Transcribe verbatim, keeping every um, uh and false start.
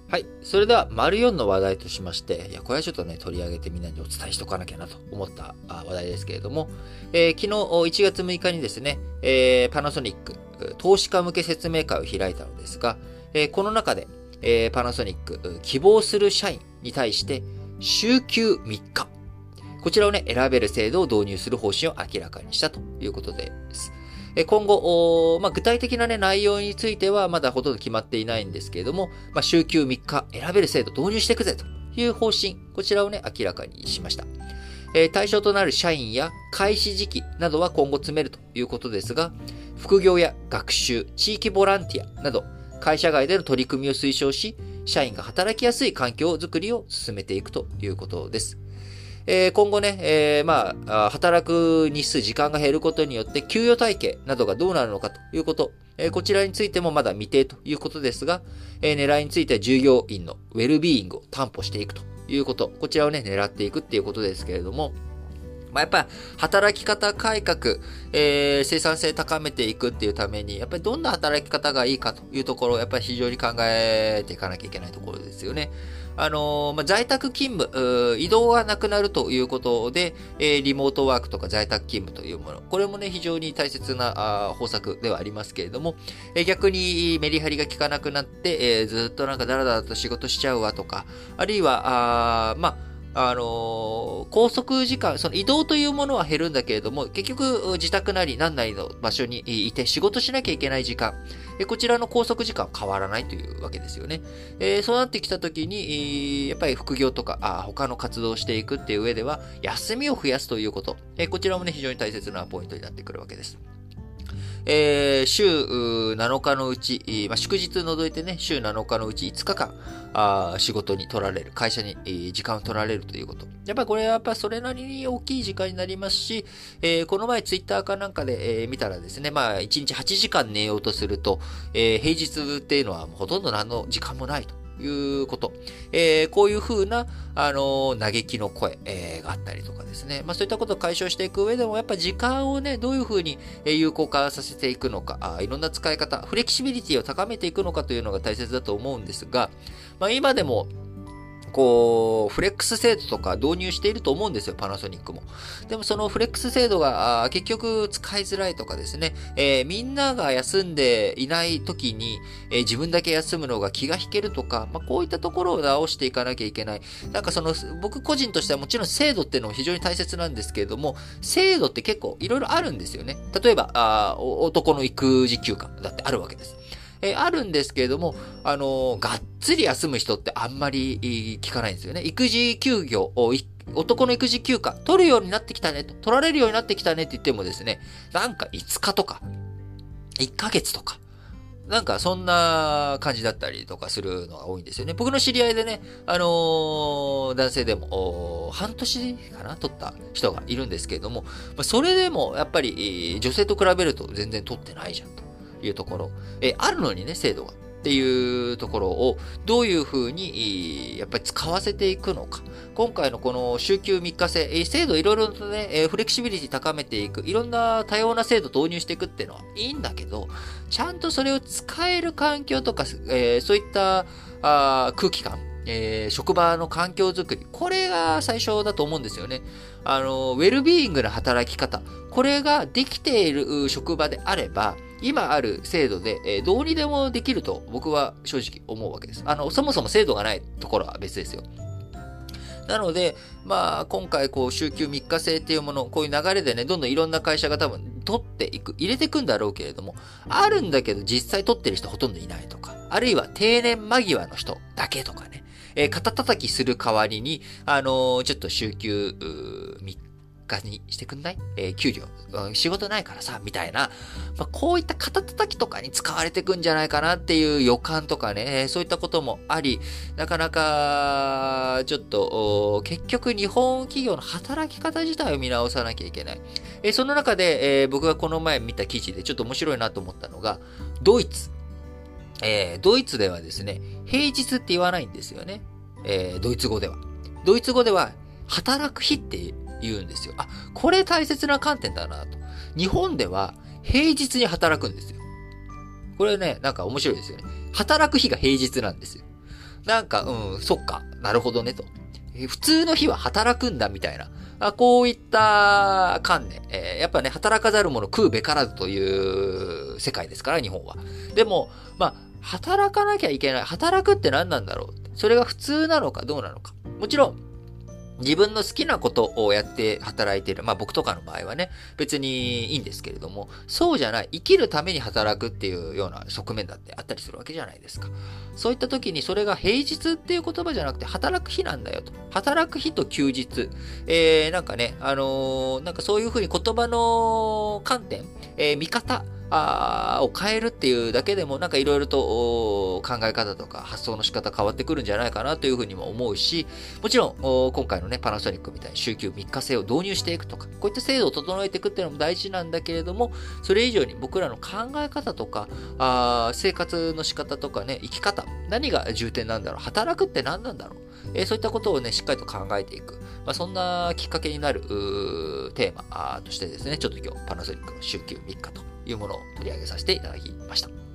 はい。それでは、丸よんの話題としまして、いや、これはちょっとね、取り上げてみんなにお伝えしとかなきゃなと思った話題ですけれども、えー、昨日いちがつむいかにですね、えー、パナソニック、投資家向け説明会を開いたのですが、えー、この中で、えー、パナソニック、希望する社員に対して、週休みっか。こちらをね、選べる制度を導入する方針を明らかにしたということです。今後、まあ、具体的な、ね、内容についてはまだほとんど決まっていないんですけれども、まあ、週休みっか選べる制度導入していくぜという方針、こちらをね、明らかにしました。えー、対象となる社員や開始時期などは今後詰めるということですが、副業や学習、地域ボランティアなど、会社外での取り組みを推奨し、社員が働きやすい環境づくりを進めていくということです。えー、今後ね、えー、まあ、働く日数、時間が減ることによって、給与体系などがどうなるのかということ、えー、こちらについてもまだ未定ということですが、えー、狙いについては従業員のウェルビーイングを担保していくということ、こちらをね、狙っていくっていうことですけれども、まあ、やっぱり働き方改革、えー、生産性高めていくっていうために、やっぱりどんな働き方がいいかというところを、やっぱり非常に考えていかなきゃいけないところですよね。あのー、まあ、在宅勤務、移動がなくなるということで、えー、リモートワークとか在宅勤務というもの、これもね、非常に大切なあ方策ではありますけれども、えー、逆にメリハリが効かなくなって、えー、ずっとなんかダラダラと仕事しちゃうわとか、あるいは、あまあ、あのー、拘束時間、その移動というものは減るんだけれども、結局自宅なり何なりの場所にいて仕事しなきゃいけない時間、こちらの拘束時間は変わらないというわけですよね。えー、そうなってきたときに、やっぱり副業とかあ他の活動をしていくっていう上では、休みを増やすということ、えー、こちらもね、非常に大切なポイントになってくるわけです。えー、週なのかのうち、まあ、祝日除いてね、週なのかのうちいつかかん、あ仕事に取られる、会社に、えー、時間を取られるということ。やっぱりこれはやっぱそれなりに大きい時間になりますし、えー、この前ツイッターかなんかで、えー、見たらですね、まあいちにちはちじかん寝ようとすると、えー、平日っていうのはもうほとんど何の時間もないと。いうこと。えー、こういう風な、あのー、嘆きの声、えー、があったりとかですね。まあそういったことを解消していく上でも、やっぱ時間をね、どういう風に有効化させていくのか、あいろんな使い方、フレキシビリティを高めていくのかというのが大切だと思うんですが、まあ今でも、こう、フレックス制度とか導入していると思うんですよ、パナソニックも。でもそのフレックス制度が結局使いづらいとかですね、えー、みんなが休んでいない時に、えー、自分だけ休むのが気が引けるとか、まあ、こういったところを直していかなきゃいけない。なんかその、僕個人としてはもちろん制度っていうのも非常に大切なんですけれども、制度って結構いろいろあるんですよね。例えば、あ男の育児休暇だってあるわけです。えー、あるんですけれども、あのー、がっつり休む人ってあんまり聞かないんですよね。育児休業、男の育児休暇、取るようになってきたねと、取られるようになってきたねって言ってもですね、なんかいつかとか、いっかげつとか、なんかそんな感じだったりとかするのが多いんですよね。僕の知り合いでね、あのー、男性でも、半年かな取った人がいるんですけれども、それでもやっぱり女性と比べると全然取ってないじゃんと。いうところ、えあるのにね、制度がっていうところをどういうふうにやっぱり使わせていくのか。今回のこの週休みっか制、制度いろいろとね、フレキシビリティ高めていく、いろんな多様な制度導入していくっていうのはいいんだけど、ちゃんとそれを使える環境とか、えー、そういったあ空気感、えー、職場の環境づくり、これが最初だと思うんですよね。あの、ウェルビーイングな働き方、これができている職場であれば、今ある制度で、えー、どうにでもできると僕は正直思うわけです。あの、そもそも制度がないところは別ですよ。なので、まあ、今回、こう、週休みっか制っていうもの、こういう流れでね、どんどんいろんな会社が多分取っていく、入れていくんだろうけれども、あるんだけど実際取ってる人ほとんどいないとか、あるいは定年間際の人だけとかね、えー、肩叩きする代わりに、あのー、ちょっと週休みっかにしてくんない、えー、給料、うん、仕事ないからさ、みたいな、まあ、こういった肩叩きとかに使われてくんじゃないかなっていう予感とかね、えー、そういったこともあり、なかなか、ちょっと、結局日本企業の働き方自体を見直さなきゃいけない。えー、その中で、えー、僕がこの前見た記事でちょっと面白いなと思ったのが、ドイツ。えー、ドイツではですね、平日って言わないんですよね。えー、ドイツ語では。ドイツ語では、働く日って言うんですよ。あ、これ大切な観点だなと。日本では、平日に働くんですよ。これね、なんか面白いですよね。働く日が平日なんですよ。 なんか、うん、そっか、なるほどねと。普通の日は働くんだみたいな。こういった観念。えー、やっぱね、働かざる者食うべからずという世界ですから、日本は。でも、まあ、働かなきゃいけない。働くって何なんだろう。それが普通なのかどうなのか。もちろん、自分の好きなことをやって働いている。まあ僕とかの場合はね、別にいいんですけれども、そうじゃない。生きるために働くっていうような側面だってあったりするわけじゃないですか。そういった時にそれが平日っていう言葉じゃなくて働く日なんだよと。働く日と休日。えー、なんかね、あのー、なんかそういうふうに言葉の観点、えー、見方、あを変えるっていうだけでもなんかいろいろと考え方とか発想の仕方変わってくるんじゃないかなというふうにも思うし、もちろん今回のねパナソニックみたいに週休みっか制を導入していくとか、こういった制度を整えていくっていうのも大事なんだけれども、それ以上に僕らの考え方とかあ生活の仕方とかね、生き方、何が重点なんだろう、働くって何なんだろう、えー、そういったことをねしっかりと考えていく、まあ、そんなきっかけになるテーマとしてですね、ちょっと今日パナソニックの週休みっかというものを取り上げさせていただきました。